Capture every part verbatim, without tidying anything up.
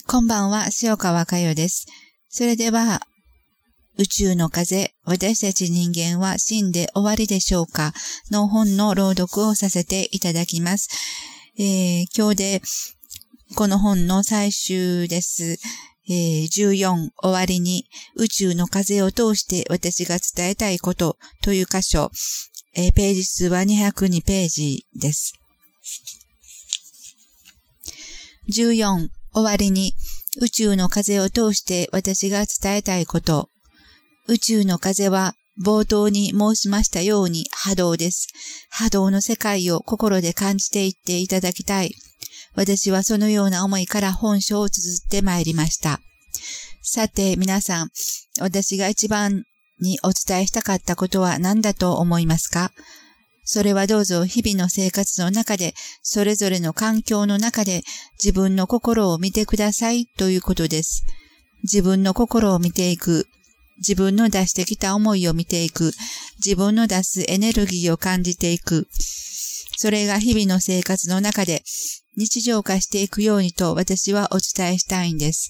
こんばんは、塩川佳代です。それでは、宇宙の風、私たち人間は死んで終わりでしょうかの本の朗読をさせていただきます。えー、今日でこの本の最終です。えー、じゅうよん終わりに宇宙の風を通して私が伝えたいことという箇所、えー、ページ数はにひゃくにページです。じゅうよん終わりに宇宙の風を通して私が伝えたいこと。宇宙の風は冒頭に申しましたように波動です。波動の世界を心で感じていっていただきたい。私はそのような思いから本書を綴ってまいりました。さて皆さん、私が一番にお伝えしたかったことは何だと思いますか？それはどうぞ日々の生活の中で、それぞれの環境の中で自分の心を見てくださいということです。自分の心を見ていく。自分の出してきた思いを見ていく。自分の出すエネルギーを感じていく。それが日々の生活の中で日常化していくようにと私はお伝えしたいんです。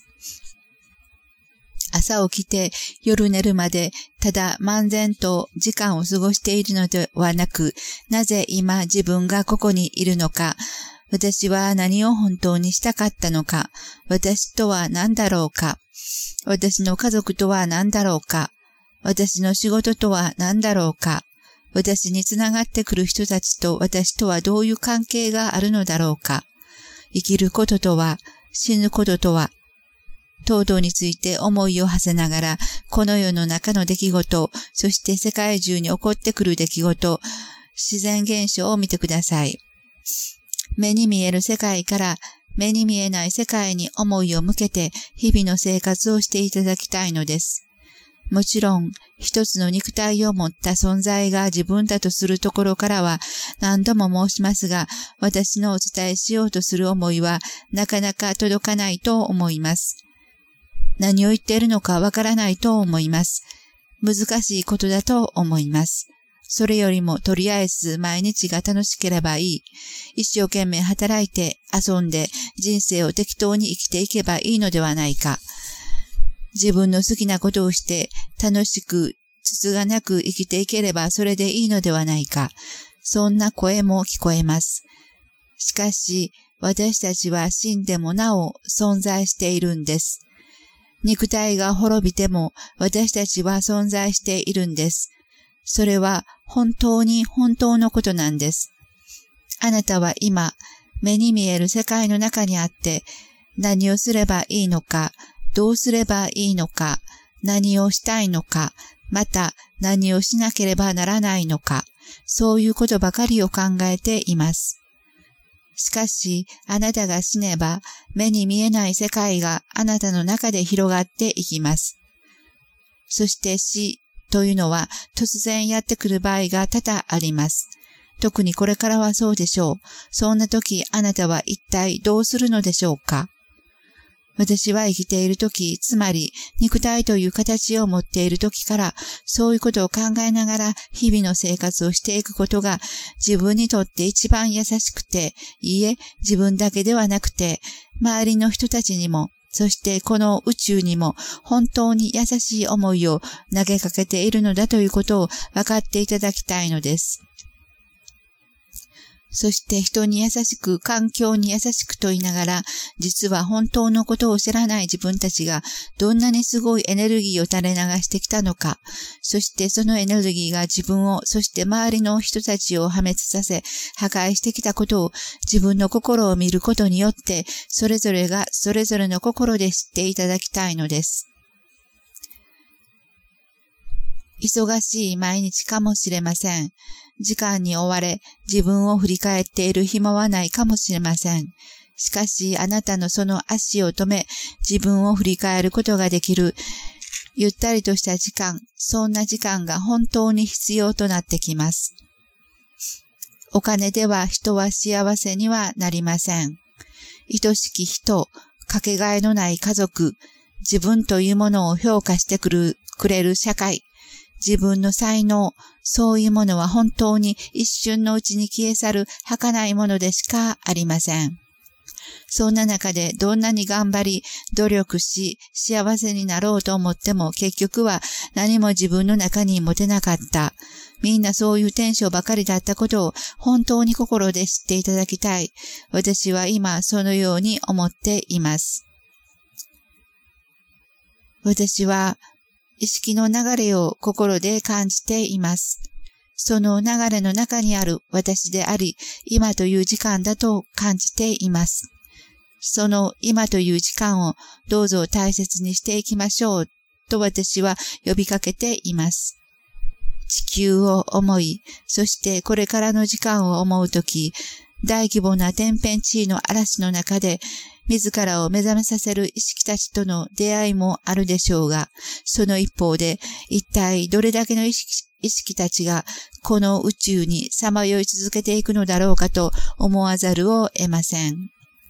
朝起きて夜寝るまでただ漫然と時間を過ごしているのではなく、なぜ今自分がここにいるのか、私は何を本当にしたかったのか、私とは何だろうか、私の家族とは何だろうか、私の仕事とは何だろうか、私につながってくる人たちと私とはどういう関係があるのだろうか、生きることとは、死ぬこととは、等々について思いを馳せながら、この世の中の出来事、そして世界中に起こってくる出来事、自然現象を見てください。目に見える世界から目に見えない世界に思いを向けて日々の生活をしていただきたいのです。もちろん、一つの肉体を持った存在が自分だとするところからは何度も申しますが、私のお伝えしようとする思いはなかなか届かないと思います。何を言っているのかわからないと思います。難しいことだと思います。それよりもとりあえず毎日が楽しければいい。一生懸命働いて遊んで人生を適当に生きていけばいいのではないか。自分の好きなことをして楽しくつつがなく生きていければそれでいいのではないか。そんな声も聞こえます。しかし私たちは死んでもなお存在しているんです。肉体が滅びても私たちは存在しているんです。それは本当に本当のことなんです。あなたは今、目に見える世界の中にあって、何をすればいいのか、どうすればいいのか、何をしたいのか、また何をしなければならないのか、そういうことばかりを考えています。しかし、あなたが死ねば、目に見えない世界があなたの中で広がっていきます。そして死というのは突然やってくる場合が多々あります。特にこれからはそうでしょう。そんな時、あなたは一体どうするのでしょうか？私は生きている時、つまり肉体という形を持っている時から、そういうことを考えながら日々の生活をしていくことが自分にとって一番優しくて、いいえ、自分だけではなくて、周りの人たちにも、そしてこの宇宙にも本当に優しい思いを投げかけているのだということを分かっていただきたいのです。そして人に優しく、環境に優しくと言いながら、実は本当のことを知らない自分たちがどんなにすごいエネルギーを垂れ流してきたのか、そしてそのエネルギーが自分を、そして周りの人たちを破滅させ、破壊してきたことを自分の心を見ることによって、それぞれがそれぞれの心で知っていただきたいのです。忙しい毎日かもしれません。時間に追われ、自分を振り返っている暇はないかもしれません。しかし、あなたのその足を止め、自分を振り返ることができる、ゆったりとした時間、そんな時間が本当に必要となってきます。お金では人は幸せにはなりません。愛しき人、かけがえのない家族、自分というものを評価してくる、くれる社会、自分の才能、そういうものは本当に一瞬のうちに消え去る儚いものでしかありません。 そんな中でどんなに頑張り、努力し、幸せになろうと思っても結局は何も自分の中に持てなかった。みんなそういうテンションばかりだったことを本当に心で知っていただきたい。私は今そのように思っています。私は意識の流れを心で感じています。その流れの中にある私であり、今という時間だと感じています。その今という時間をどうぞ大切にしていきましょうと私は呼びかけています。地球を思い、そしてこれからの時間を思うとき、大規模な天変地異の嵐の中で、自らを目覚めさせる意識たちとの出会いもあるでしょうが、その一方で、一体どれだけの意識、意識たちがこの宇宙にさまよい続けていくのだろうかと思わざるを得ません。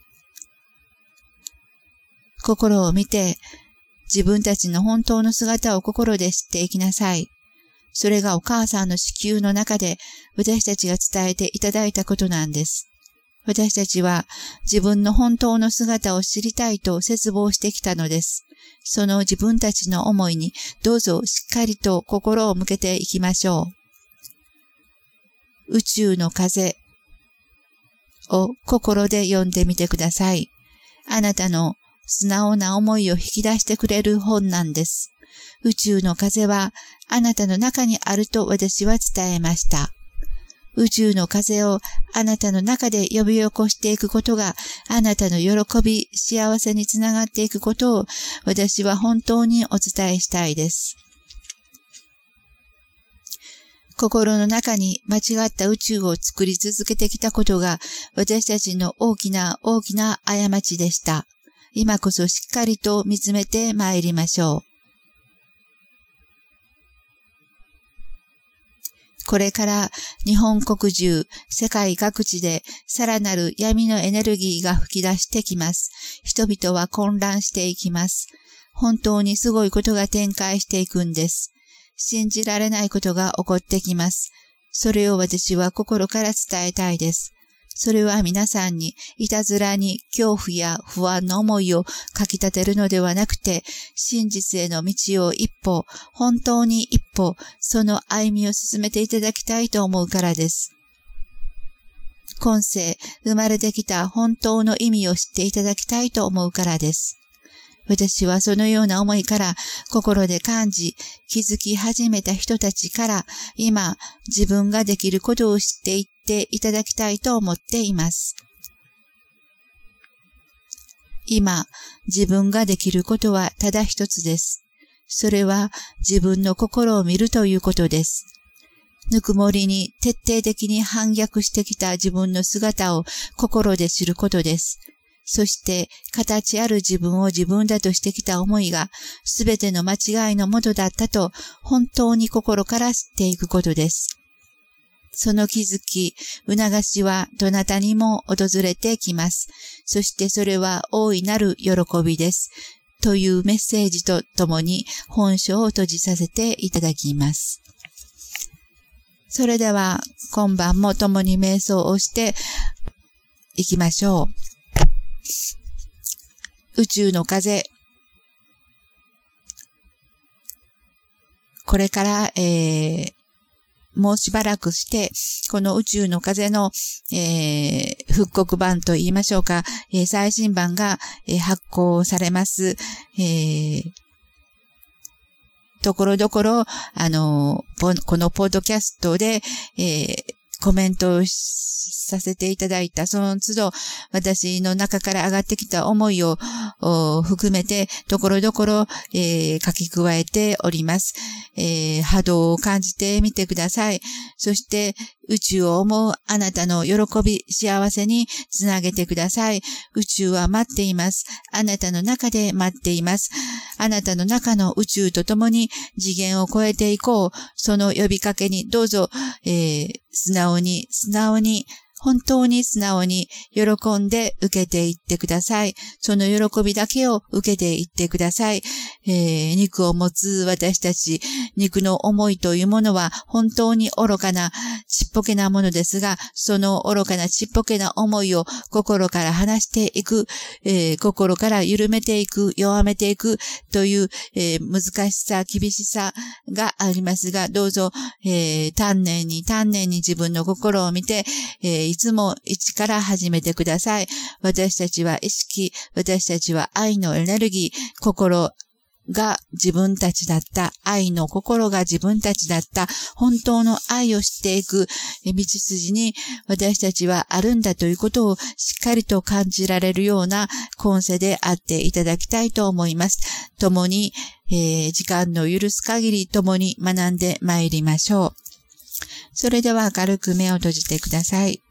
心を見て、自分たちの本当の姿を心で知っていきなさい。それがお母さんの子宮の中で私たちが伝えていただいたことなんです。私たちは自分の本当の姿を知りたいと切望してきたのです。その自分たちの思いにどうぞしっかりと心を向けていきましょう。宇宙の風を心で読んでみてください。あなたの素直な思いを引き出してくれる本なんです。宇宙の風はあなたの中にあると私は伝えました。宇宙の風をあなたの中で呼び起こしていくことがあなたの喜び、幸せにつながっていくことを私は本当にお伝えしたいです。心の中に間違った宇宙を作り続けてきたことが私たちの大きな大きな過ちでした。今こそしっかりと見つめて参りましょう。これから日本国中、世界各地でさらなる闇のエネルギーが吹き出してきます。人々は混乱していきます。本当にすごいことが展開していくんです。信じられないことが起こってきます。それを私は心から伝えたいです。それは皆さんにいたずらに恐怖や不安の思いをかき立てるのではなくて、真実への道を一歩、本当に一歩、その歩みを進めていただきたいと思うからです。今世、生まれてきた本当の意味を知っていただきたいと思うからです。私はそのような思いから心で感じ、気づき始めた人たちから今自分ができることを知っていっていただきたいと思っています。今自分ができることはただ一つです。それは自分の心を見るということです。ぬくもりに徹底的に反逆してきた自分の姿を心で知ることです。そして、形ある自分を自分だとしてきた思いが、すべての間違いのもとだったと、本当に心から知っていくことです。その気づき、促しはどなたにも訪れてきます。そしてそれは大いなる喜びです。というメッセージとともに、本書を閉じさせていただきます。それでは、今晩も共に瞑想をしていきましょう。宇宙の風。これから、えー、もうしばらくして、この宇宙の風の、えー、復刻版と言いましょうか、えー、最新版が、えー、発行されます。えー、ところどころ、あの、このポッドキャストで、えーコメントをさせていただいた、その都度、私の中から上がってきた思いを含めて、ところどころ、えー、書き加えております、えー。波動を感じてみてください。そして、宇宙を思うあなたの喜び、幸せにつなげてください。宇宙は待っています。あなたの中で待っています。あなたの中の宇宙とともに次元を超えていこう。その呼びかけにどうぞ、えー、素直に、素直に本当に素直に喜んで受けていってください。その喜びだけを受けていってください。えー、肉を持つ私たち、肉の思いというものは本当に愚かなちっぽけなものですが、その愚かなちっぽけな思いを心から離していく、えー、心から緩めていく、弱めていくという、えー、難しさ、厳しさがありますが、どうぞ、えー、丹念に丹念に自分の心を見て、えー、いつも一から始めてください。私たちは意識、私たちは愛のエネルギー、心が自分たちだった、愛の心が自分たちだった、本当の愛を知っていく道筋に私たちはあるんだということをしっかりと感じられるような今世であっていただきたいと思います。共に、えー、時間の許す限り共に学んでまいりましょう。それでは軽く目を閉じてください。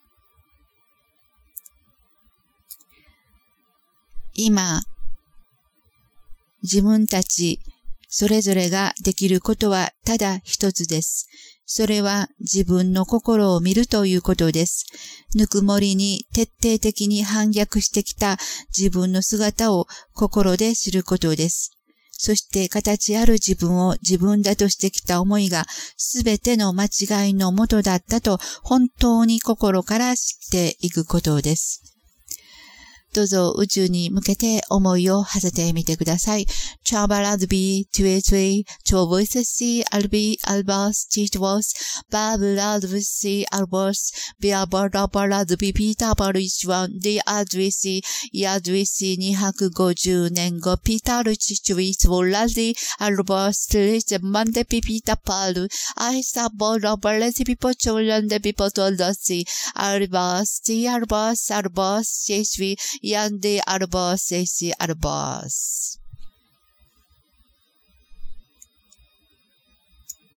今、自分たちそれぞれができることはただ一つです。それは自分の心を見るということです。ぬくもりに徹底的に反逆してきた自分の姿を心で知ることです。そして形ある自分を自分だとしてきた思いがすべての間違いのもとだったと本当に心から知っていくことです。どうぞ宇宙に向けて思いを馳せてみてください。Chabalad bi tuetui, chovoisesi albi albas titwas, babalad visi albas, biabarabalad bipita barishwan, de advisi, yadvisi niひゃくごじゅうねんごピタルチチュイスウォラディ、アルバストリジェマンデピピタパル、アイサボラバレジピポチョランデピポトラシ、アルバスティアルバスアルバスシェシュイ、Yande Arbas, Sesi Arbas.